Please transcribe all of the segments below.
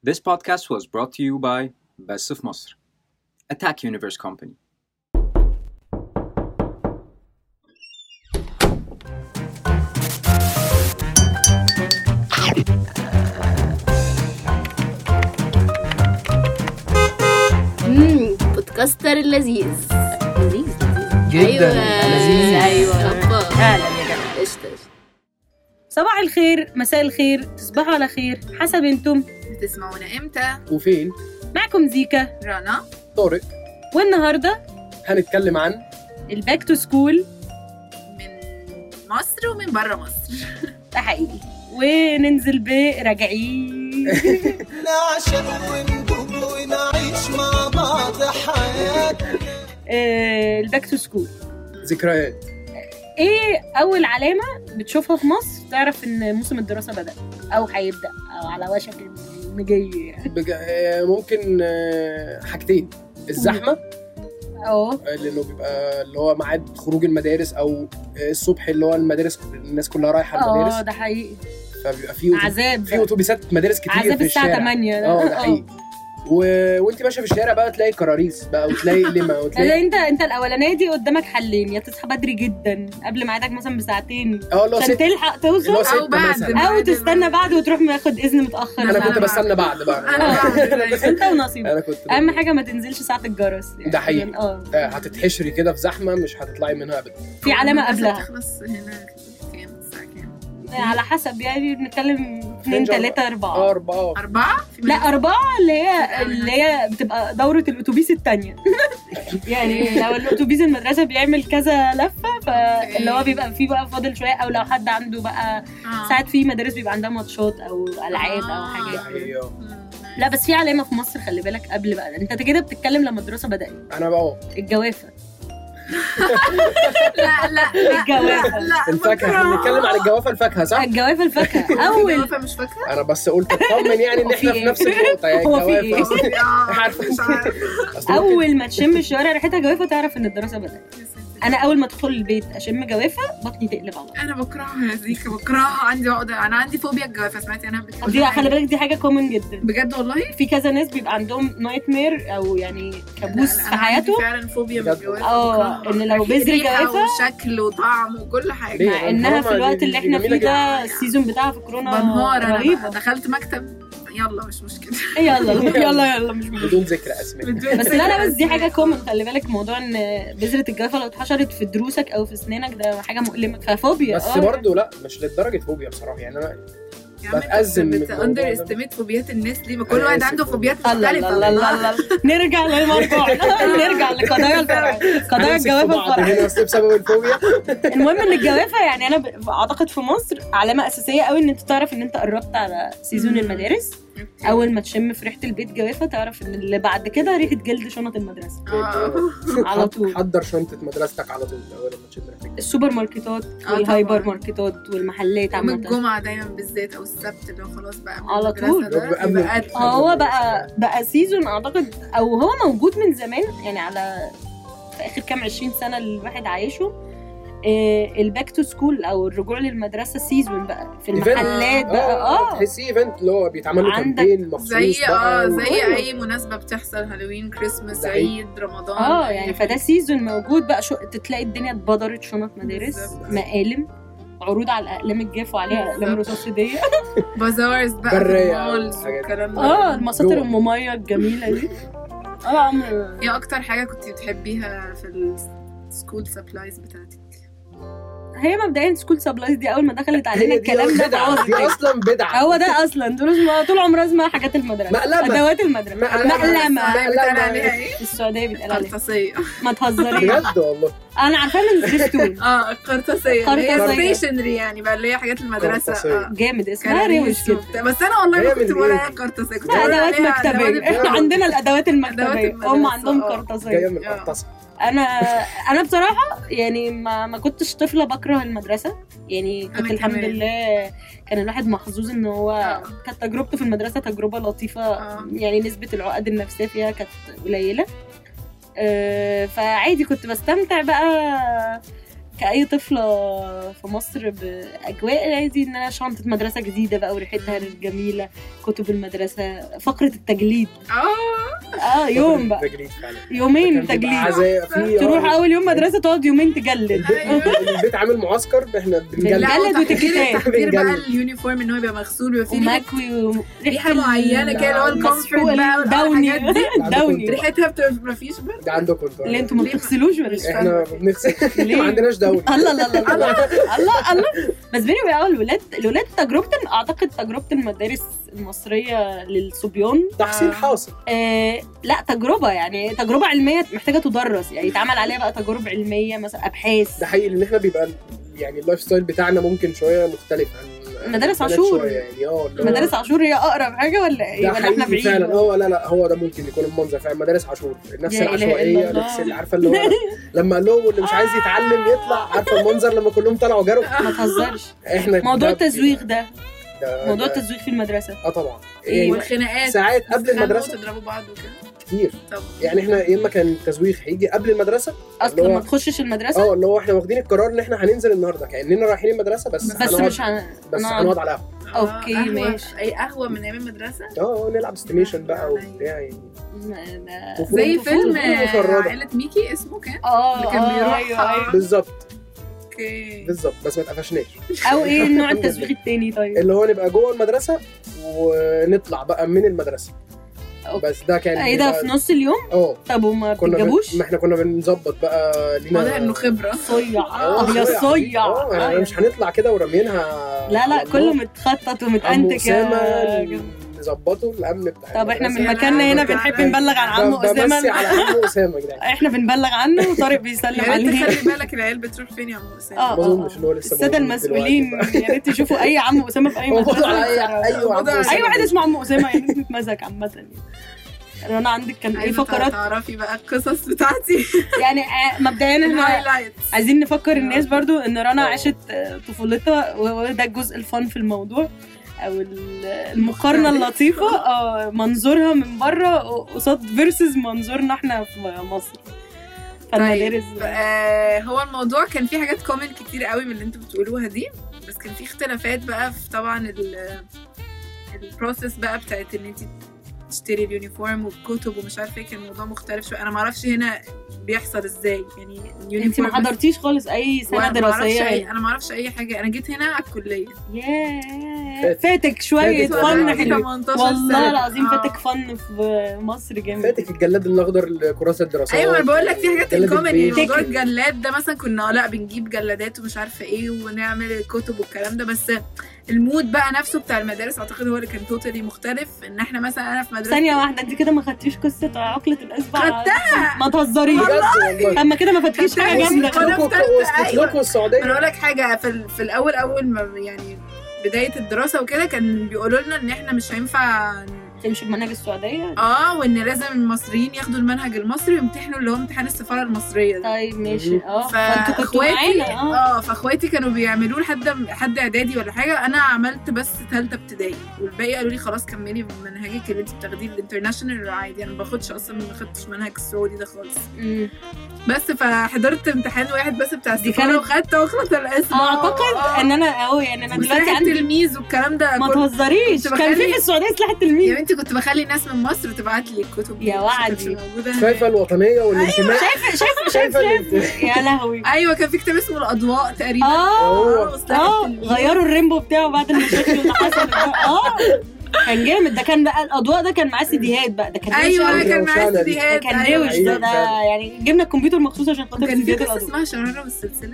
This podcast was brought to you by Best of Masr, Attack Universe Company. بودكاستر اللذيذ لذيذ جدا لذيذ. ايوه اهلا يا جماعه. قشطه. صباح الخير، مساء الخير، تصبحوا على خير حسب انتم بتسمعونا امتى؟ وفين؟ معكم زيكا رنا طارق. والنهارده هنتكلم عن الباك تو سكول. من مصر ومن برا مصر. ده حقيقي، وننزل براجعين. نعشق وندوب ونعيش مع بعض حياة. الباك تو سكول ذكريات. ايه اول علامه بتشوفها في مصر تعرف ان موسم الدراسه بدأ او هيبدأ او على وشك المجي؟ ممكن حاجتين: الزحمه، لانه بيبقى اللي هو ميعاد خروج المدارس، او الصبح اللي هو المدارس الناس كلها رايحه المدارس. ده حقيقي. فبيبقى في عذاب، في اتوبيسات مدارس كتير عذاب في الساعه الشارع. 8 ده حقيقي. وانت ماشيه في الشارع بقى تلاقي كراريس بقى وتلاقي لما وتلاقي انت الاولانيه دي قدامك حلين: يا تصحى بدري جدا قبل ميعادك مثلا بساعتين لو عشان تلحق توصل، او بعد او تستنى بعد وتروح ماخد اذن متاخر. انا كنت بستنى بعد بقى. انت ونصيبك. انا كنت اهم حاجه ما تنزلش ساعه الجرس يعني. ده حقيقي. هتتحشري كده في زحمه مش هتطلعي منها ابدا. في علامه قبلها تخلص هنا كام الساعه كام؟ على حسب يعني، بنتكلم 2 3 4 4 لا 4 اللي هي بتبقى دوره الاتوبيس الثانيه. يعني لو الاتوبيس المدرسه بيعمل كذا لفه، فاللي هو بيبقى فيه بقى فاضل شويه، او لو حد عنده بقى ساعات في مدارس بيبقى عندها ماتشات او العاب او حاجات. لا بس في علامه في مصر خلي بالك قبل بقى، انت كده بتتكلم لما الدراسه بدات. انا بقى الجوافه. لا الجوافه. لا الفاكهه. بنتكلم عن الجوافه الفاكهه صح؟ الجوافه الفاكهه. اول الجوافه مش فاكره. انا بس قلت اطمن يعني ان احنا في نفس النقطه يعني. هو في إيه؟ عارفه اول ما تشم الشوارع ريحتها جوافه تعرف ان الدراسه بدات. انا اول ما ادخل البيت اشم جوافه بطني تقلب على طول. انا بكرهها يا زيكا، بكرهها. عندي عقده، انا عندي فوبيا الجوافه. سمعتي انا دي خلي بالك دي حاجه كومن جدا بجد والله. في كذا ناس بيبقى عندهم نايت مير او يعني كابوس في حياتهم. فعلا فوبيا من الجوافه. ان لو بذر جوافه وشكل وطعم وكل حاجه. مع انها في الوقت اللي احنا فيه ده السيزون بتاعها في كورونا بنهار. رهيبه. دخلت مكتب يلا مش مشكله. يلا مش مشكله بدون ذكر اسماء. بس لا بس دي حاجه كومن. خلي بالك موضوع ان بذره الجوافه لو اتحشرت في دروسك او في اسنانك ده حاجه مؤلمه، ففوبيا. بس برضه لا مش للدرجه فوبيا بصراحه يعني. انا بتأزم اندر استيميت فوبيات الناس دي، ما كل واحد عنده فوبيات مختلفه. لا نرجع للمرجوع. نرجع لقضايا قضايا الجوافه هنا بسبب الفوبيا. المهم ان الجوافه يعني انا اعتقد في مصر علامه اساسيه قوي ان انت تعرف ان انت قربت على سيزون المدارس. اول ما تشم في ريحه البيت جوافه تعرف ان اللي بعد كده ريحه جلد شنط المدرسه. على طول حضر شنطه مدرستك على طول اول ما تشم ريحتك. السوبر ماركتات والهايبر ماركتات والمحلات يوم عامه. الجمعه دايما بالذات او السبت اللي هو خلاص بقى على طول. هو بقى سيزون اعتقد، او هو موجود من زمان يعني، على في اخر كام 20 سنه اللي الواحد عايشه. الباك تو سكول او الرجوع للمدرسه سيزون بقى في المحلات بقى. تحسي ايفنت اللي هو بيتعمل له كامبين مخصوص زي اي مناسبه بتحصل، هالوين، كريسماس، عيد، رمضان. يعني فده سيزون موجود بقى. تلاقي الدنيا اتبدرت شنط مدارس، مقالم، عروض على الاقلام الجاف وعليها اقلام رصاصيه، بازارز بقى، مولز والكلام ده. المساطر ام ميه الجميله دي. ايه اكتر حاجه كنت بتحبيها في السكول سبلايز بتاعتك؟ هي مبدئيا سكول سبلايز دي اول ما دخلت علينا الكلام ده دي اصلا بدعه. هو ده اصلا طول عمرها اسمها حاجات المدرسه، ادوات المدرسه. مقلمه في السعوديه بيتقال عليها قرطاسيه. ما تهزريش بجد والله. انا عارفاها من سبيستون. قرطاسيه هي ستيشنري يعني بقى، اللي هي حاجات المدرسه. جامد اسمها روش كده. بس انا والله ما كنت بقول عليها قرطاسيه، كنت بقول ادوات مكتبيه. احنا عندنا الادوات المكتبيه، هم عندهم قرطاسيه. جايه من القرطاسه. انا بصراحه يعني ما كنتش طفله بكره المدرسه يعني. كنت الحمد لله كان الواحد محظوظ ان هو كانت تجربته في المدرسه تجربه لطيفه. يعني نسبه العقد النفسيه فيها كانت قليله. فعادي كنت بستمتع بقى كأي طفلة في مصر بأجواء عادي ان انا شنطة مدرسة جديدة بقى وريحتها الجميلة، كتب المدرسة، فقرة التجليد. يوم بقى يومين تجليد، تروح اول يوم مدرسة تقعد يومين تجلد. البيت عامل معسكر احنا بنجلد وتكتات كتير بقى. اليونيفورم ان هو بيبقى مغسول ويبقى فيه مكوي ريحة معينة كده اللي هو الكومفورت بقى داوني ريحتها بتبقى مفيش بقى. ده عندكم اللي انتوا ما بتغسلوش ولا احنا بنغسل ما عندناش داوني. الله بس بيني وبين الولاد تجربة المدارس المصرية للصبيان تحصيل حاصل. لا تجربة يعني تجربة علمية محتاجة تدرس، يعني يتعمل عليها بقى تجارب علمية مثلا أبحاث. ده حقيقي لأن احنا بيبقى يعني اللايف ستايل بتاعنا ممكن شوية مختلف عن مدارس عاشور. يعني مدارس عاشور هي أقرب حاجة ولا احنا بعيد؟ فعلا لا هو ده ممكن يكون المنظر فعلا. مدارس عاشور نفس العشوائية، نفس اللي عارفة اللي هو لما قال لهم اللي مش عايز يتعلم يطلع، عارفة المنظر لما كلهم طلعوا جروا. ما تهزرش. احنا موضوع التزويق ده موضوع التزويق في المدرسة. طبعا يعني والخناقات ساعات قبل المدرسة تضربوا بعض وكده كتير. يعني احنا يا اما كان التزويق هيجي قبل المدرسة اصلا ما تخشش المدرسة. اللي هو احنا واخدين القرار ان احنا هننزل النهارده كأننا رايحين المدرسة بس مش هنقعد على قهوة. اوكي ماشي. اي قهوة من ايام المدرسة نلعب استيميشن بقى وبتاع يعني زي فيلم عائلة ميكي اسمه كان اللي كان بيروح بالظبط بس ما اتقفشناش. او ايه النوع التسويق التاني؟ طيب اللي هو نبقى جوه المدرسة ونطلع بقى من المدرسة. بس ده كان ايه ده في نص اليوم؟ طب وما بتجابوش؟ ما احنا كنا بنظبط بقى لينا واضح انه خبرة صيع يعني مش هنطلع كده ورمينها. لا كله متخطط ومتأنتك نظبطه الامن بتاعنا. طب احنا من مكاننا هنا بنحب نبلغ عن عمو اسامه. بس على عمو اسامه كده احنا بنبلغ عنه وطارق بيسلم عليه. خلي بالك العيال بتروح فين يا عمو اسامه. ما اظنش ان هو لسه الساده المسؤولين يا ريت تشوفوا اي عمو اسامه في اي مدرسه. اي واحد اسمه عمو اسامه يعني نتمزج عامه يعني. انا عندك كان ايه فقرات تعرفي بقى القصص بتاعتي يعني مبدئيا احنا عايزين نفكر الناس برضو ان رنا عاشت طفولتها وده الجزء الفن في الموضوع او المقارنه اللطيفه منظورها من بره قصاد فيرسز منظورنا احنا في مصر. طيب هو الموضوع كان فيه حاجات كومنت كتير قوي من اللي انتوا بتقولوها دي، بس كان فيه اختلافات بقى في طبعا البروسيس بقى بتاعت ان انت تشتري اليونيفورم والكتب ومش عارفه ايه. كان الموضوع مختلف شويه. انا ما اعرفش هنا بيحصل ازاي يعني اليونيفورم. انت ما حضرتيش خالص اي سنه دراسيه؟ انا ما اعرفش اي حاجه. انا جيت هنا على الكليه. فاتك شويه فن حلو والله العظيم. فاتك فن في مصر جامد. فاتك الجلاد الاخضر لكراسه الدراسات. ايوه انا بقول لك في حاجات الكوميدي. موضوع الجلاد ده مثلا كنا لا بنجيب جلادات ومش عارفه ايه ونعمل الكتب والكلام ده، بس المود بقى نفسه بتاع المدارس اعتقد هو اللي كان توتالي مختلف. ان احنا مثلا انا في مدرسه ثانيه واحده انت كده ما خدتيش قصه عقله الاصبع؟ خدتها. ما تهزريش اما كده ما فاتكيش حاجه جامده. لكم السعوديه. انا اقول لك حاجه في الاول ما يعني بدايه الدراسه وكده كان بيقولوا لنا ان احنا مش هينفع تمشي بمنهج السعوديه وان لازم المصريين ياخدوا المنهج المصري ويمتحنوا اللي هو امتحان السفاره المصريه ده. طيب ماشي. فاخواتي فاخواتي كانوا بيعملوه لحد اعدادي ولا حاجه. انا عملت بس ثالثه ابتدائي والباقي قالوا لي خلاص كملي بمنهجك اللي انت بتاخديه الانترناشونال عادي. انا ما باخدش اصلا ما خدتش منهج السعودي ده خالص. بس فحضرت امتحان واحد بس بتاع السفاره وخدت واخدت الاسم. اعتقد ان انا يعني انا دلوقتي عندي تلميذ والكلام ده. ما تهزريش كان في السعوديه سلاح التلميذ يا بنتي. كنت بخلي ناس من مصر تبعت لي الكتب يا وعدي. شايفه الوطنيه والانتماء. شايفه يا لهوي. ايوه كان في كتاب اسمه الاضواء تقريبا. غيروا الريمبو بتاعه بعد المشاكل اللي حصلت. كان جامد ده. كان بقى الاضواء ده كان معاه سيديهات بقى. ده كان ايوه كان معاه سيديهات. كان روش ده يعني جبنا الكمبيوتر مخصوص عشان خاطر سيديهات الاضواء. اسمها شرارة والسلسله.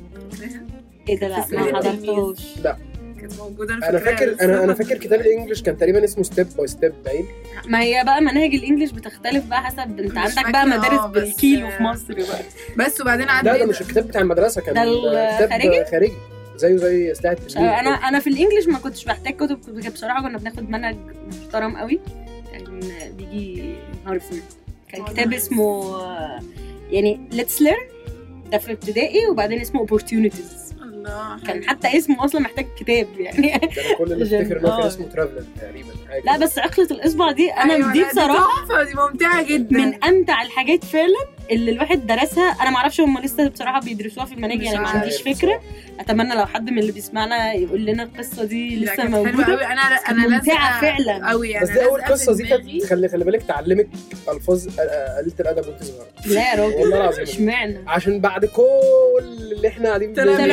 ايه ده؟ لا ما حضرتوش. لا كانت موجوده. انا فاكر كتاب الانجليش كان تقريبا اسمه ستيب باي ستيب باين. ما هي بقى مناهج الانجليش بتختلف بقى حسب انت عندك بقى مدارس بالكيلو في مصر بقى. بس وبعدين عندنا ده مش الكتاب بتاع المدرسه. كان كتاب خارجي زي سلاح التلميذ. انا في الانجليش ما كنتش بحتاج كتب بصراحه. كنا بناخد منهج محترم قوي كان بيجي عارفين. كان كتاب اسمه يعني Let's Learn ده في ابتدائي وبعدين اسمه Opportunities. كان حتى اسمه اصلا محتاج كتاب يعني. انا كل اللي افتكر انه كان اسمه ترافلر تقريبا حاجه. لا بس عقله الاصبع دي انا دي بصراحه دي ممتعه جدا. من امتع الحاجات فعلا اللي الواحد درسها انا ما اعرفش هم لسه بصراحه بيدرسوها في المناهج يعني ما عنديش فكره. اتمنى لو حد من اللي بيسمعنا يقول لنا القصه دي لسه موجوده. انا ممتعه فعلا قوي يعني. بس دي اول قصه دي كانت خلي بالك تعلمك الفاظ قليله الادب وانت صغيره. لا يا راجل والله العظيم اشمعنى عشان بعد كل اللي احنا قاعدين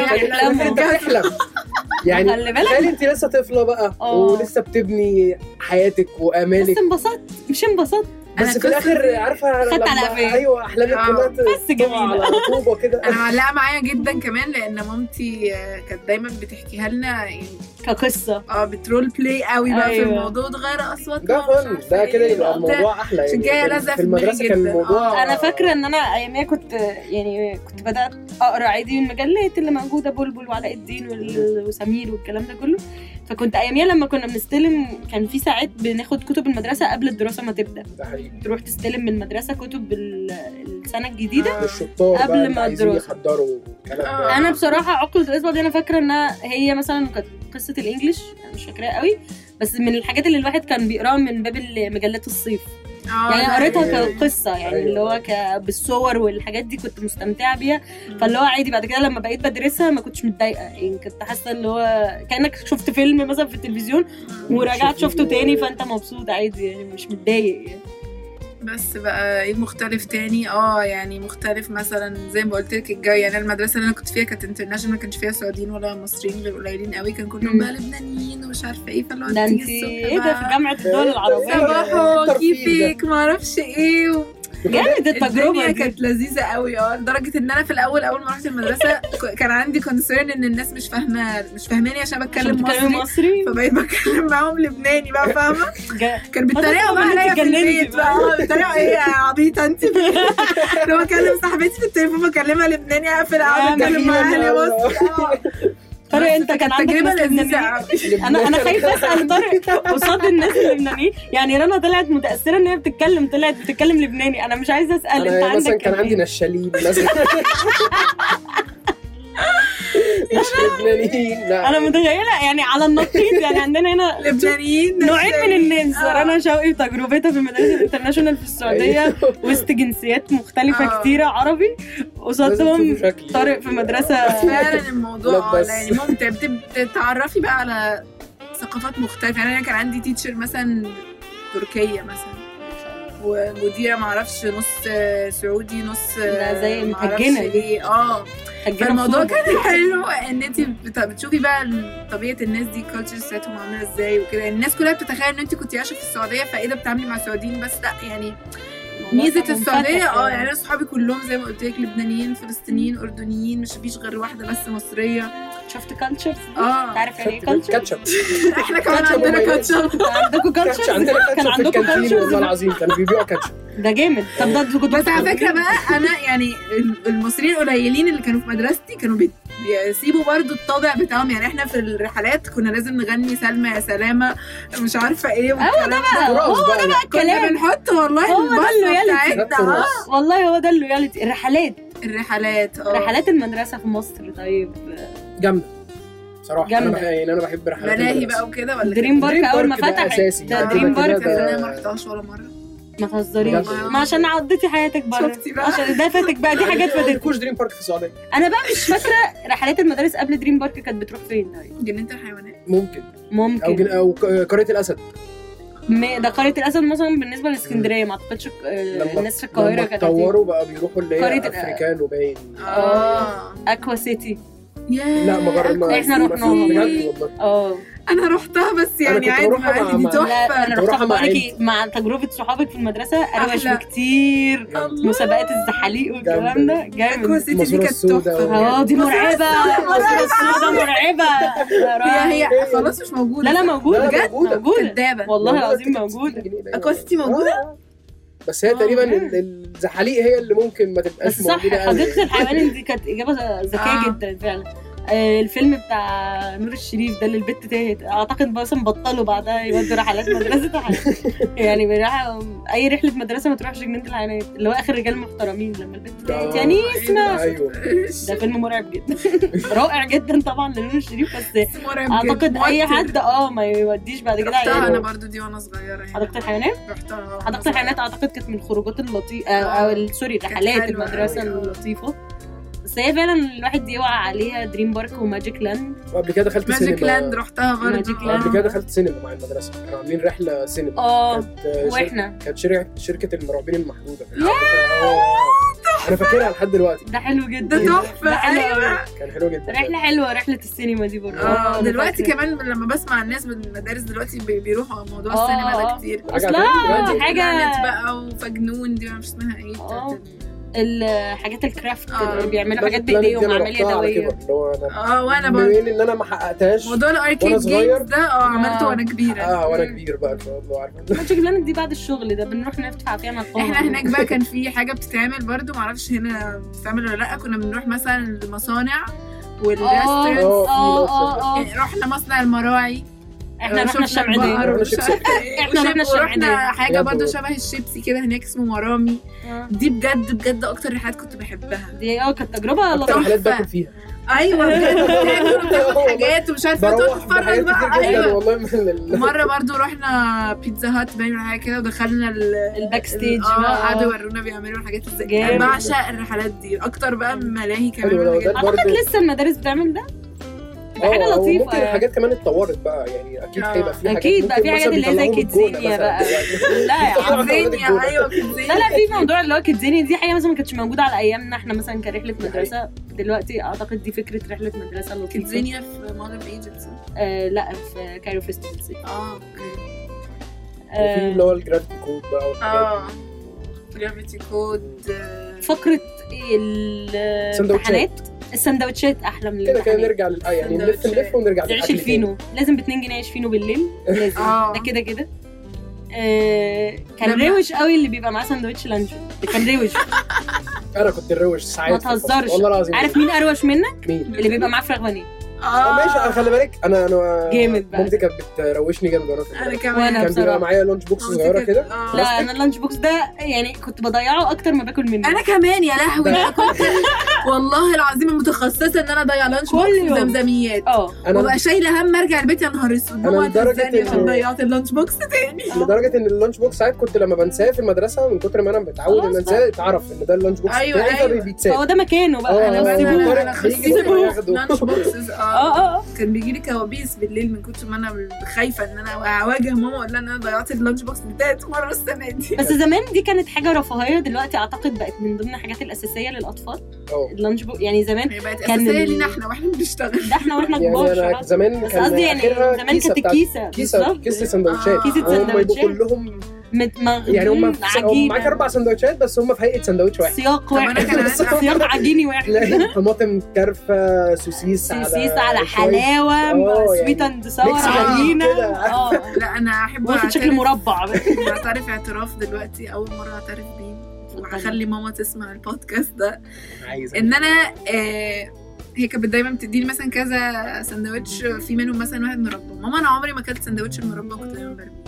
بنحلم يعني خلي بالك تخيلي انت لسه طفله بقى ولسه بتبني حياتك وامالك بس انبسطت مش انبسطت بس في الاخر عارفه خدت على قفايا. ايوه احلامك كلها بس جميله على طوبه كده. انا معلقه معايا جدا كمان لان مامتي كانت دايما بتحكيها لنا يعني كقصه بترول بلاي قوي بقى في الموضوع وتغير اصواتها ده فن ده كده يبقى الموضوع احلى عشان كده لازقه في المدرسه كان الموضوع انا فاكره ان انا اياميها كنت بدات اقرا عادي المجلات اللي موجوده بلبل وعلاء الدين وسمير والكلام ده كله. فكنت اياميها لما كنا بنستلم كان في ساعات بناخد كتب المدرسه قبل الدراسه ما تبدا. تروح تستلم من المدرسه كتب السنه الجديده الشطار قبل ما الدراسه يحضروا انا بصراحه عقله الاسبوع دي انا فاكره انها هي مثلا كانت قصه الانجليش مش فاكراها قوي بس من الحاجات اللي الواحد كان بيقراها من باب مجلات الصيف يعني قريتها كقصه يعني اللي هو بالصور والحاجات دي كنت مستمتعه بيها. فاللي هو عادي بعد كده لما بقيت بدرسها ما كنتش متضايقه يعني كنت حاسه اللي هو كانك شفت فيلم مثلا في التلفزيون ورجعت شفته تاني فانت مبسوط عادي يعني مش متضايق يعني. بس بقى ايه مختلف تاني يعني مختلف مثلا زي ما قلت لك الجو يعني المدرسه اللي انا كنت فيها كانت انترناشونال ما كانش فيها سعوديين ولا مصريين غير قليلين قوي كان كلهم بقى لبنانيين ومش عارفه ايه فاللي هو ده انت ايه ده في جامعه الدول العربيه صباحو كيفك ما اعرفش ايه جامد التجربه كانت لذيذه قوي لدرجه ان انا في اول ما رحت المدرسه كان عندي كونسيرن ان الناس مش فاهماني عشان بتكلم مصري فبقيت بتكلم معاهم لبناني بقى فاهمه كان بيتريقوا بقى عليا في البيت بقى بيتريقوا ايه يا عبيطه انت لو بكلم صاحبتي في التليفون بكلمها لبناني اقفل اقعد اتكلم معاها مصري. طارق انت كان عندك ناس لبنانيين انا خايفه اسال طارق قصاد الناس اللبنانيين يعني رنا طلعت متاثره ان هي طلعت بتتكلم لبناني انا مش عايزه اسال انت عندك مثلا كان عندي نشالين مثلا مش لبنانيين انا متخيله يعني على النقيض يعني عندنا هنا لبنانيين نوعين من الناس. رنا شوقي تجربتها في المدارس الانترناشونال في السعوديه وسط جنسيات مختلفه كتيره عربي قصادهم طارق في مدرسه فعلا الموضوع يعني ممتع بتتعرفي بقى على ثقافات مختلفه يعني انا كان عندي تيتشر مثلا تركيه مثلا ومديره معرفش نص سعودي نص زي مهجنه ايه فالموضوع كان حلو ان انت بتشوفي بقى طبيعه الناس دي كالتشر سيتهم عامله ازاي وكده. الناس كلها بتتخيل ان انت كنت عايشه في السعوديه فايه ده بتعاملي مع سعوديين بس لا يعني ميزه السعوديه يعني انا صحابي كلهم زي ما قلت لك لبنانيين فلسطينيين اردنيين مش فيش غير واحده بس مصريه. شفت كالتشرز تعرف يعني ايه كاتشب احنا كمان عندنا كاتشب عندكم كاتشب كان عندكم كاتشب والله العظيم كانوا بيبيعوا كاتشب ده جامد. طب ده كنت بس على فكره بقى انا يعني المصريين قليلين اللي كانوا في مدرستي كانوا بيسيبوا برضو الطابع بتاعهم يعني احنا في الرحلات كنا لازم نغني سلمى يا سلامه مش عارفه ايه والكلام ده هو ده بقى الكلام بنحط والله اللويالتي والله هو ده اللويالتي. الرحلات رحلات المدرسه في مصر طيب جامده صراحه انا بحب رحلات ملاهي بقى وكده ولا دريم بارك اول ما فتح ده دريم بارك انا ما رحتهاش ولا مره ما تهزريش ما عشان عديتي حياتك بره عشان ده فاتك بقى دي حاجات فاتتك. كوش دريم بارك في السعوديه انا بقى مش فاكره رحلات المدارس قبل دريم بارك كانت بتروح فين. جنينه الحيوانات ممكن او قريه الاسد. ده قريه الاسد مثلا بالنسبه لاسكندريه ما اعتقدش الناس في القاهره كانت طوروا بقى بيروحوا اللي هي افريكان وباين اكوا سيتي لا ما احنا رحناها بجد والله انا رحتها بس يعني عادي دي تحفه. انا رحتها مع تجربه صحابك في المدرسه اروش بكتير مسابقات الزحاليق والكلام ده جامد. السيتي دي كانت تحفه دي مرعبه مرعبه هي خلاص مش موجوده. لا موجوده بجد موجوده والله العظيم موجوده. السيتي موجوده بس هي تقريبا الزحاليق هي اللي ممكن ما تبقاش موجوده. صح حديقه الحيوان دي كانت اجابه ذكيه جدا فعلا. الفيلم بتاع نور الشريف ده اللي البت تاهت، اعتقد بس بطلوا بعدها يودوا رحلات مدرسه يعني بيروحوا اي رحله مدرسه ما تروحش جنينه الحيوانات اللي هو اخر رجال محترمين لما البت تاهت يعني اسمها. ايوه ده فيلم مرعب جدا رائع جدا طبعا لنور الشريف، بس مرعب اعتقد جداً. اي حد ما يوديش بعد كده رحتها انا برضو دي وانا صغيره يعني. حديقه الحيوانات. رحتها حديقه الحيوانات اعتقد كانت من الخروجات اللطيفه او سوري رحلات حلوة المدرسه أوي. اللطيفه، بس هي فعلا الواحد يوقع عليها دريم بارك وماجيك لاند. وقبل كده دخلت ماجيك سينما. لاند رحتها ماجيك برضو. لاند. قبل كده دخلت سينما مع المدرسه، كانوا عاملين رحله سينما. واحنا كانت شركه المراقبين المحدوده. انا فاكرها لحد دلوقتي. ده حلو جدا، ده تحفه. ده حلو ايوه أوي. كان حلو جدا. رحله حلوه رحله السينما دي برضه. دلوقتي كمان لما بسمع الناس من المدارس دلوقتي بيروحوا موضوع السينما ده كتير. اصلا حاجه بقى وفجنون دي مش اسمها ايه بتاعت الحاجات الكرافت اللي بيعملوا حاجات ماجيك بلانت بايديهم دي أنا اعمال رحتها على يدويه. كبر، اللي هو انا وانا بما برضه ان انا ما حققتهاش موضوع الاركيد جيمز ده عملته وانا كبيره. وانا كبير بقى ان شاء الله. عارفه ماجيك لاند دي بعد الشغل ده بنروح ندفع فيها مقام. احنا هناك بقى كان في حاجه بتتعمل برضو، معرفش هنا بتتعمل ولا لا. كنا بنروح مثلا المصانع والريستورانت. يعني رحنا مصنع المراعي، احنا رحنا الشمعدان، احنا رحنا حاجه برضو شبه الشيبسي كده هناك اسمه مرامي. دي بجد اكتر رحلات كنت بحبها. دي كانت تجربه اكتر رحلات باكل فيها. ايوه بجد بتاكل حاجات ومش عارفه تقعد تتفرج بقى. ايوه والله مره برضو رحنا بيتزا هات باين حاجه كده ودخلنا الباك ستيج قعدوا يورونا بيعملوا الحاجات ازاي. انا بعشق الرحلات دي اكتر بقى من ملاهي كمان. اعتقد لسه المدارس بتعمل ده حاجه لطيفه. ممكن الحاجات كمان اتطورت بقى يعني اكيد هيبقى في حاجات. اكيد بقى في حاجات اللي هي زي كيدزينيا بقى. لا يا كيدزينيا. ايوه كيدزينيا. لا في موضوع اللي هو كيدزينيا دي حاجه مثلا ما كانتش موجوده على ايامنا احنا مثلا كرحله مدرسه. دلوقتي اعتقد دي فكره رحله مدرسه لطيفه. كيدزينيا في مودرن ايجنسي. لا في كايرو فيستيفال سيتي. اوكي. وفي اللي هو الجرافيتي كود بقى والحاجات دي. جرافيتي كود. فقره الامتحانات السندوتشات احلى من كده كده نرجع يعني نلف ونرجع للعيش الفينو. لازم ب2 جنيه عيش فينو بالليل لازم. ده كده كده. كان روش قوي اللي بيبقى معاه سندوتش لانشو ده كان روش. انا كنت الروش ساعات. ما تهزرش والله العظيم. عارف مين اروش منك؟ مين اللي بيبقى معاه فراخ بانيه. ماشي. خلي بالك انا جامد بقى. مامتي كانت بتروشني جامد. انا كمان كان بيبقى معايا لانش بوكس صغيره كده. لا انا اللانش بوكس ده يعني كنت بضيعه اكتر ما باكل منه. انا كمان يا لهوي. كنت والله العظيم متخصصه ان انا اضيع لانش بوكس وزمزميات. وبقى شايله هم ارجع البيت يا نهار اسود. انا لدرجه عشان ضيعت اللانش بوكس تاني. لدرجه ان اللانش بوكس ساعات كنت لما بنساه في المدرسه من كتر ما انا متعود ان انساه اتعرف ان ده اللانش بوكس. ايوه بيتساب. هو ده مكانه بقى. انا خسيته لانش بوكسز. كان بيجي لي كوابيس بالليل من كتر ما انا خايفه ان انا اواجه ماما ولا ان انا ضيعت اللانش بوكس بتاعت مره السنه دي. بس زمان دي كانت حاجه رفاهيه، دلوقتي اعتقد بقت من ضمن الحاجات الاساسيه للاطفال. اللانش بوكس يعني زمان بقت اساسيه لينا احنا واحنا بنشتغل. ده احنا واحنا كبار. يعني زمان بس قصدي يعني زمان كانت كيسه سندوتشات. هم كلهم متمغنين يعني هم عجينه. معاك 4 سندوتشات بس هم في هيئه سندوتش واحد. سياق واحد. سياق عجيني واحد. طماطم كرفه سوسيس على حلاوه سويت اند ساور عجينه. لا انا احب واخد شكل مربع. بعترف اعتراف دلوقتي اول مره اعترف بيه وهخلي ماما تسمع البودكاست ده. ان انا هي كانت دايما بتديني مثلا كذا سندوتش في منهم مثلا واحد مربى. ماما انا عمري ما اكلت سندوتش المربى كنت دايما برميه.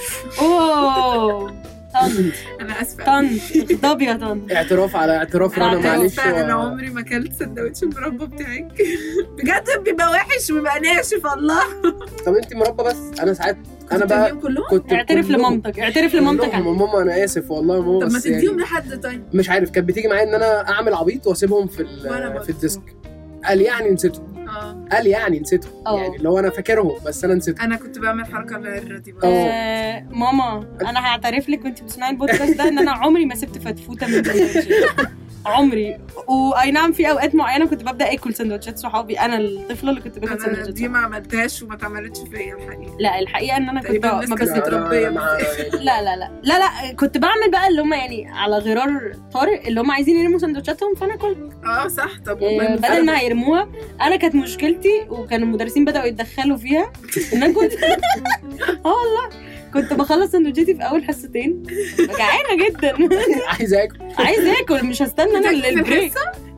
انا اسفه. طب يا طن اعتراف على اعتراف. رنا معلش انا عمري ما اكلت سندوتش المربى بتاعك. بجد بيبقى وحش وبيبقى ناشف الله. طب انت مربى بس. انا ساعات انا بقى كنت اعترف لمامتك. ماما انا اسف والله ماما. طب ما تديهم لحد طيب. مش عارف كانت بتيجي معايا ان انا اعمل عبيط واسيبهم في الديسك. قال يعني نسيتهم. يعني اللي هو انا فاكرهم بس انا نسيتهم. انا كنت بعمل حركه العره دي ماما انا هعترف لك وانت بتسمعي البودكاست ده ان انا عمري ما سبت فتفوته من سندوتشات. عمري. واي نعم في اوقات معينه كنت ببدا اكل سندوتشات صحابي. انا الطفله اللي كنت باكل سندوتشات دي ما عملتهاش وما اتعملتش فيا الحقيقه. لا الحقيقه ان انا كنت ما بس متربيه. لا كنت بعمل بقى اللي هم يعني على غرار طارق اللي هم عايزين يرموا سندوتشاتهم فانا كنت صح. طب بدل ما هيرموها انا كانت مشكلتي وكان المدرسين بداوا يتدخلوا فيها ان انا كنت والله كنت بخلص سندوتشاتي في اول حصتين جعانه جدا. عايز اكل مش هستنى انا البريك.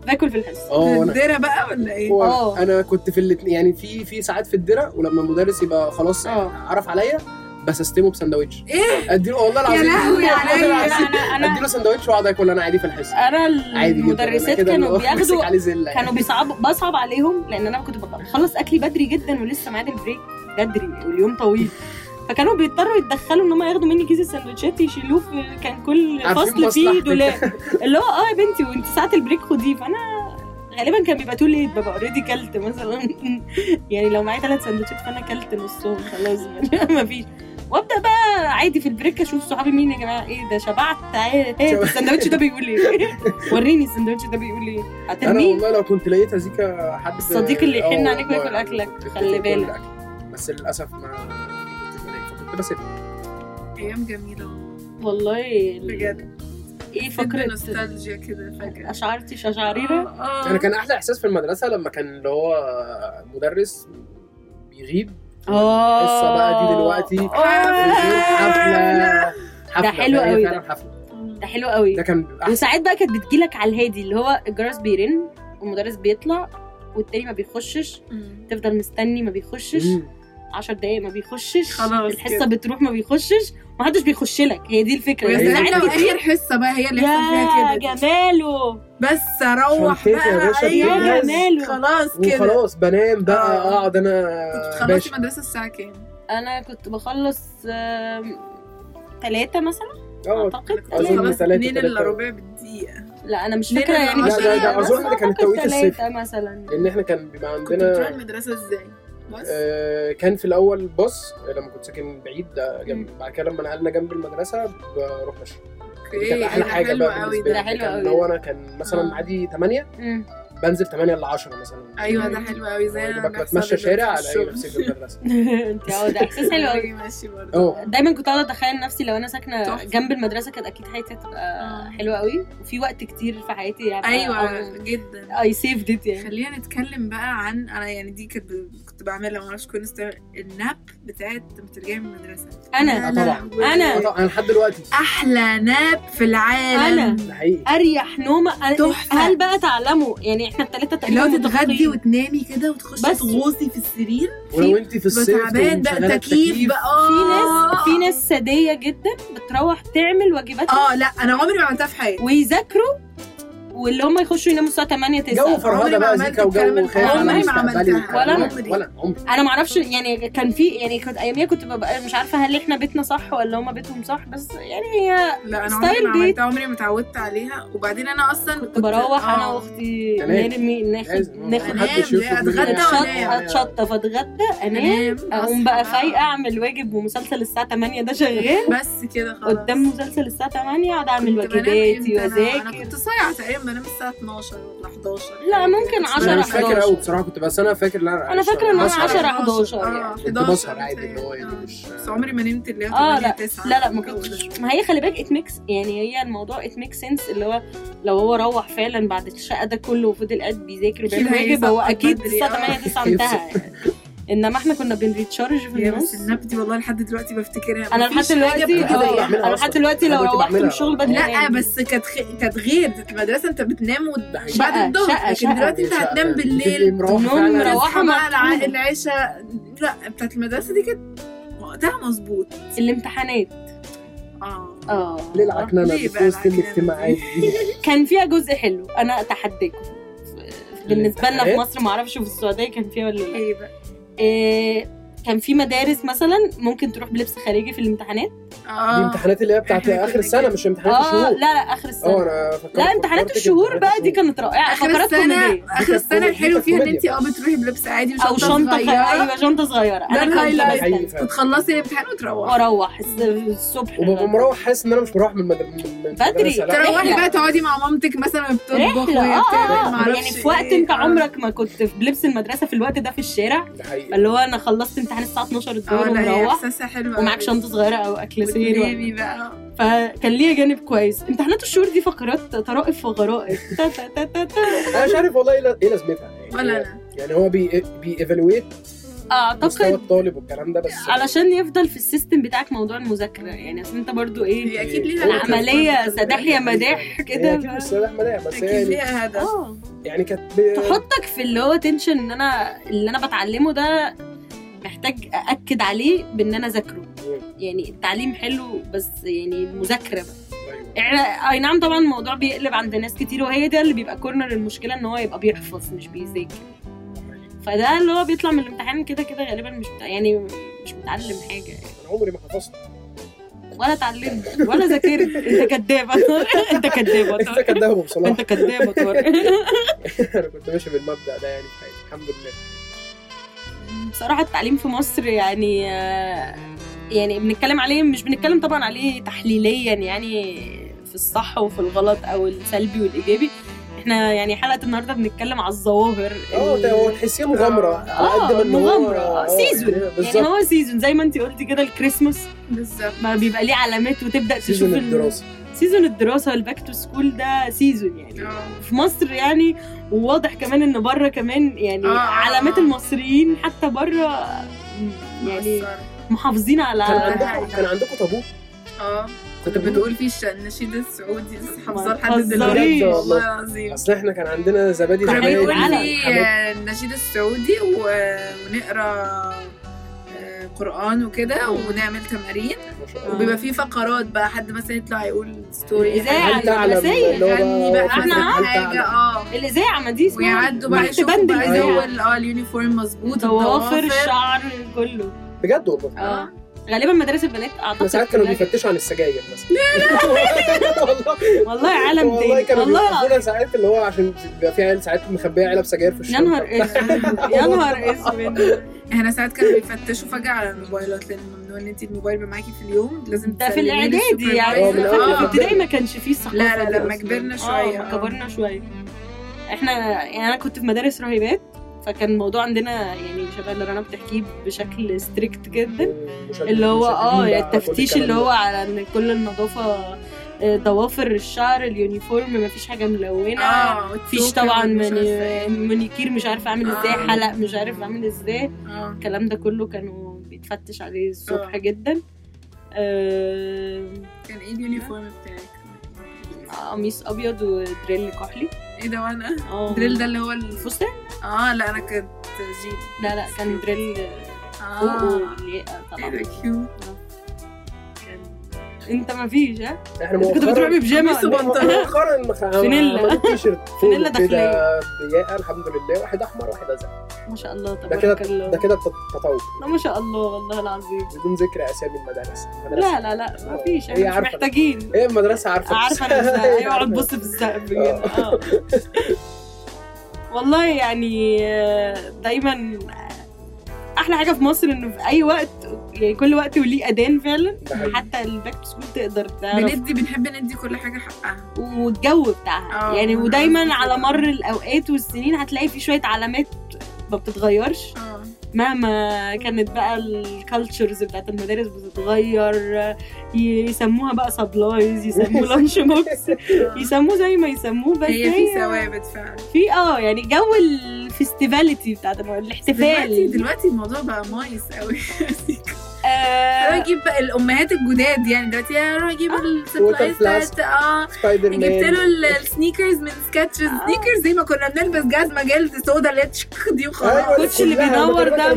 باكل في الحصه. وانا الديره بقى ولا ايه؟ انا كنت في الاتنين يعني في ساعات في الدرة، ولما المدرس يبقى خلاص عرف عليا بس استلمه بساندوتش. اديله والله العظيم يا لهوي عليا. انا اديله ساندوتش واقعد اكل انا عادي في الحصه. انا المدرسات كانوا بياخدوا كانوا بصعب عليهم، لان انا كنت بخلص اكلي بدري جدا ولسه ميعاد البريك بدري واليوم طويل، فكانوا بيضطروا يتدخلوا ان هم ياخدوا مني كيس السندوتشات يشيلوه كان كل فصل فيه دولاب اللي هو يا بنتي وانت ساعه البريك خديه. فانا غالبا كان بيبقى تو ليت، ببقى اوريدي كلت مثلا يعني لو معايا 3 سندوتشات فانا كلت نصهم خلاص يعني مفيش. وابدا بقى عادي في البريك اشوف صحابي مين يا جماعه، ايه ده شبعت، ايه السندوتش ده بيقول ايه وريني السندوتش ده بيقول ايه. انا والله لو كنت لقيت ازيكا حد الصديق اللي يحن عليك وياكل اكلك خلي بالك، بس للاسف ما كنت بسيب. ايام جميله والله بجد. ايه فكره نوستالجيا كده فجاه. اشعرتي شجاريره. انا كان احلى احساس في المدرسه لما كان اللي هو مدرس بيغيب القصه بقى دي دلوقتي حفله ده حلو قوي، ده حلو قوي. ده كان وساعات بقى كانت بتجيلك على الهادي اللي هو الجرس بيرن والمدرس بيطلع والتاني ما بيخشش، تفضل مستني ما بيخشش 10 دقايق ما بيخشش، خلاص الحصه كده بتروح ما بيخشش، ما حدش بيخش لك. هي دي الفكره. ساعات اخر حصه بقى هي اللي يحصل فيها كده يا جماله، بس اروح بقى يا جماله خلاص كده خلاص بنام بقى اقعد انا. كنت بتخلصي المدرسه الساعه كام؟ انا كنت بخلص 3 مثلا اعتقد. خلاص 2 الا ربع بالدقيقه. لا انا مش فاكره يعني، مش ده اظن ده كان التوقيت الصفر مثلا، لان احنا كان بيبقى عندنا. كنت بتروح المدرسه ازاي؟ كان في الاول باص لما كنت ساكن بعيد جنب، بعد كده لما نقلنا جنب المدرسه بروح مشي. كانت احلى حاجه بقى بالنسبه لي. حلو قوي. اللي هو انا كان مثلا عادي 8 بنزل 8 ل 10 مثلا. ايوه ده حلو قوي. زي انا بتمشى شارع الاقي نفسي في المدرسه. انت ده احساس حلو قوي. ماشي برضه. دايما كنت اقعد اتخيل نفسي لو انا ساكنه جنب المدرسه كانت اكيد حياتي هتبقى حلوه قوي، وفي وقت كتير في حياتي يعني. ايوه جدا. اي سيفد ات يعني. خلينا نتكلم بقى عن انا يعني دي كنت بعملها ما اعرفش كنت الناب بتاعت ترجمه من المدرسه. انا طبعا لحد دلوقتي احلى ناب في العالم. انا اريح نومه. هل بقى تعلموا يعني احنا الثلاثه تقريبا تتغدي وتنامي كده وتخشي تغوصي في السرير، ولو انت في الصيف تعبان بقى تكييف بقى. في ناس ساديه جدا بتروح تعمل واجباتها. لا انا عمري ما عملتها في حياتي. ويذاكروا واللي هم يخشوا يناموا الساعه 8 9. جو فرهده بقى زيكا وجو خايف. عمري ما عملتها ولا عمري. انا ما اعرفش يعني. كان في يعني كنت اياميها كنت ببقى مش عارفه هل احنا بيتنا صح ولا هم بيتهم صح، بس يعني هي لا انا عمري ما عملتها، عمري ما اتعودت عليها. وبعدين انا اصلا كنت بروح انا واختي ناخد اتشطف اتغدى انام اقوم بقى فايقه اعمل واجب ومسلسل الساعه 8 ده شغال بس كده خلاص. قدام مسلسل الساعه 8 اقعد اعمل واجباتي واذاكر. انا كنت صايعه تقريبا بنام الساعه 12 ولا 11. لا ممكن 10 انا مش فاكر قوي بصراحه. كنت بس انا فاكر انا فاكره ان انا 10 11 يعني كنت بسهر عادي اللي هو يعني مش بس عمري ما نمت اللي هو 8 9. لا ما كنتش. ما هي خلي بالك ات ميكس يعني. هي الموضوع ات ميكس سنس اللي هو لو هو روح فعلا بعد الشقه ده كله وفضل قاعد بيذاكر وبيعمل واجب هو اكيد الساعه 8 9 انتهى. انما احنا كنا بنريتشارج في النص. بس الناب دي والله لحد دلوقتي بفتكرها. انا لحد دلوقتي لو روحت من الشغل بدري. لا بس كانت غير المدرسه. انت بتنام بعد الظهر، لكن دلوقتي انت هتنام بالليل نوم مروحه مع العشاء. لا بتاعت المدرسه دي كانت وقتها مظبوط. الامتحانات للعكننه في وسط الاجتماعات كان فيها جزء حلو. انا اتحداكم بالنسبه لنا في مصر، ما اعرفش في السعوديه كان فيها ولا لا. كان في مدارس مثلا ممكن تروح بلبس خارجي في الامتحانات. دي امتحانات اللي هي بتاعت اخر السنه مش امتحانات الشهور. لا اخر السنه. لا امتحانات الشهور بقى دي كانت رائعه. فقرات كوميديه. اخر السنه الحلو فيها ان انت بتروحي بلبس عادي او شنطه ايوه شنطه صغيره. انا كنت بتخلصي الامتحان واروح الصبح وببقى مروح حاسس ان انا مش بروح من بدري. تروحي بقى تقعدي مع مامتك مثلا بتطبخ وهي بتعمل يعني في وقت انت عمرك ما كنت في بلبس المدرسه في الوقت ده في الشارع. اللي هو انا خلصت امتحان الساعه 12 الظهر ومروح ومعاك شنطه صغيره او اكل سير بقى. فكان ليها جانب كويس. امتحانات الشهور دي فقرات طرائف وغرائب. انا مش عارف والله ايه لازمتها ولا انا يعني. هو بييفالويت مستوى الطالب والكلام ده بس علشان يفضل في السيستم بتاعك موضوع المذاكره يعني. اصل انت برضو هي اكيد ليها عمليه سداح يا مداح كده. اكيد مش سداح مداح بس اكيد ليها هدف. يعني كانت تحطك في اللي هو تنشن ان انا اللي انا بتعلمه ده محتاج أأكد عليه بان انا ذاكره. يعني التعليم حلو بس يعني المذاكره بقى اي نعم طبعا الموضوع بيقلب عند ناس كتير، وهي ده اللي بيبقى كورنر المشكله، ان هو يبقى بيحفظ مش بيذاكر. فده اللي هو بيطلع من الامتحان كده غالبا يعني مش متعلم حاجه يعني. انا عمري ما حفظت ولا اتعلمت ولا ذاكرت. انت كداب انت كداب انت كداب بصراحه، انت كداب انا كنت ماشي بالمبدأ ده يعني في حياتي الحمد لله. بصراحه التعليم في مصر يعني بنتكلم عليه، مش بنتكلم طبعا عليه تحليليا يعني في الصح وفي الغلط او السلبي والايجابي. احنا يعني حلقه النهارده بنتكلم على الظواهر. هو تحسيها مغامره على قد ما مغامره سيزون يعني هو سيزون زي ما انت قلتي كده. الكريسماس بالظبط ما بيبقى ليه علامات وتبدا تشوف سيزون الدراسه الباك تو سكول ده سيزون يعني في مصر يعني. وواضح كمان ان بره كمان يعني علامات المصريين حتى بره يعني محافظين على. كان عندكم طابور كنت بتقول فيه النشيد السعودي لسه حافظاه لحد دلوقتي والله العظيم. اصل احنا كان عندنا زبادي بنقول فيه النشيد السعودي ونقرا قرآن وكده ونعمل تمارين، وبيبقى فيه فقرات بقى حد مثلا يطلع يقول ستوري اذاعه يعني بقى حاجه الاذاعه ما دي اسمها ويعدوا بقى يشوفوا بقى هو اليونيفورم مظبوط، ضوافر الشعر كله بجد والله. غالبا مدارس البنات اعتقد ساعات كانوا بيفتشوا عن السجاير مثلا. والله عالم تاني والله كانوا بيفتشوا ساعات اللي هو عشان بيبقى في عيال ساعات مخبيه علب سجاير في الشنطه. يا نهار اسود. احنا ساعات كانوا بيفتشوا فجاه على الموبايلات، لان ممنوع ان انت الموبايل يبقى معاكي في اليوم، لازم ده في الاعدادي يعني. في الابتدائي ما كانش فيه الثقافه. لا لما كبرنا شويه كبرنا شويه. احنا يعني انا كنت في مدارس راهبات، فكان الموضوع عندنا يعني شبه اللي رنا بتحكيه بشكل ستريكت جدا، اللي هو التفتيش اللي هو على ان كل النظافه، ضوافر الشعر، اليونيفورم ما فيش حاجه ملونه، فيش طبعا مانيكير مش عارفه اعمل ازاي، حلق مش عارف اعمل ازاي، الكلام ده كله كانوا بيتفتش عليه الصبح جدا. كان ايه اليونيفورم بتاعك؟ قميص ابيض ودريل كحلي. ايه ده؟ وانا دريل ده اللي هو الفستان. لا انا كنت جيب. لا كان دريل فوق والياقه طبعا. كيوت. انت ما فيش احنا كنت بتروح ببيجامه مؤخرا فانيلا داخليه بياقه الحمد لله، واحد احمر واحد ازرق ما شاء الله تبارك الله. ده كده التطور. ما شاء الله والله العظيم، بدون ذكر اسامي المدارس. لا ما فيش، احنا مش محتاجين. هي المدرسه عارفه ايوه اقعد تبص في السقف كده. والله يعني دايما احلى حاجه في مصر انه في اي وقت يعني كل وقت وليه اذان فعلا. حتى الباك تو سكول تقدر تعرف بنحب ندي كل حاجه حقها والجو بتاعها يعني. ودايما على مر الاوقات والسنين هتلاقي في شويه علامات ما بتتغيرش مهما كانت بقى الكالتشرز بتاعت المدارس بتتغير. يسموها بقى سبلايز، يسموه لانش بوكس، يسموه زي ما يسموه، بس هي في ثوابت فعلا في يعني جو الفيستيفاليتي بتاعت الاحتفال. دلوقتي الموضوع بقى مايس قوي. اروح اجيب بقى الامهات الجداد يعني دلوقتي، اروح اجيب السبلايز سبايدر مان، جبت له السنيكرز من سكاتشز. سنيكرز زي ما كنا بنلبس جزمه جلد سودا اللي دي وخلاص. الكوتش اللي بينور ده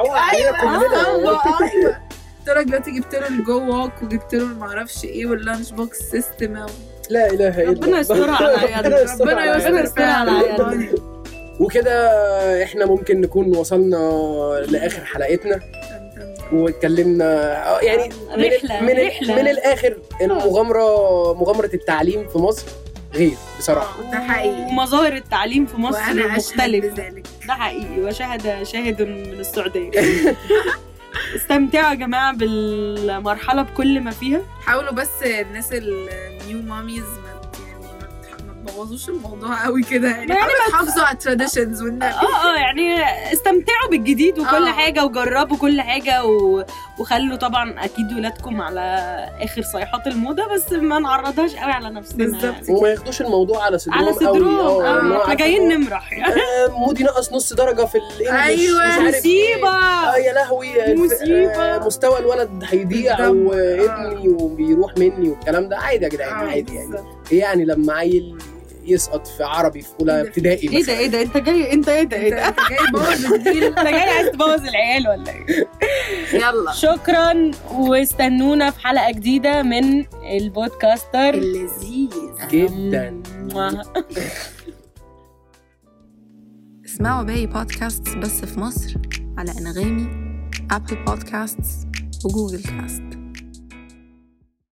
ايوه دلوقتي جبت له الجو ووك وجبت له ما اعرفش ايه واللانش بوكس سيستم. لا اله الا الله، ربنا يسترها على عيالنا، ربنا يسترها على عيالنا. وكده احنا ممكن نكون وصلنا لاخر حلقتنا واتكلمنا يعني من الاخر. مغامره التعليم في مصر غير بصراحه، ده حقيقي. ومظاهر التعليم في مصر مختلفه، ده حقيقي. شاهد من السعوديه. استمتعوا يا جماعه بالمرحله بكل ما فيها. حاولوا بس الناس النيو ماميز ما تبوظوش الموضوع قوي كده يعني حافظوا على التراديشنز يعني استمتعوا بالجديد وكل حاجه، وجربوا كل حاجه وخلوا طبعا اكيد ولادكم على اخر صيحات الموضه، بس ما نعرضهاش قوي على نفسنا بالظبط. وما ياخدوش الموضوع على صدرهم احنا جايين نمرح يعني. مودي نقص نص درجه في الانجليش، ايوه مصيبه يا لهوي، مستوى الولد هيضيع وابني وبيروح مني والكلام ده عادي يا جدعان، عادي يعني لما عيل يسقط في عربي في اولى ابتدائي ايه ده انت جاي انت جاي بوظ الجيل. انت جاي عايز تبوظ العيال ولا ايه؟ يلا شكرا واستنونا في حلقة جديدة من البودكاستر اللذيذ جدا. اسمعوا باقي بودكاست بس في مصر على أنغامي، أبل بودكاست وجوجل كاست.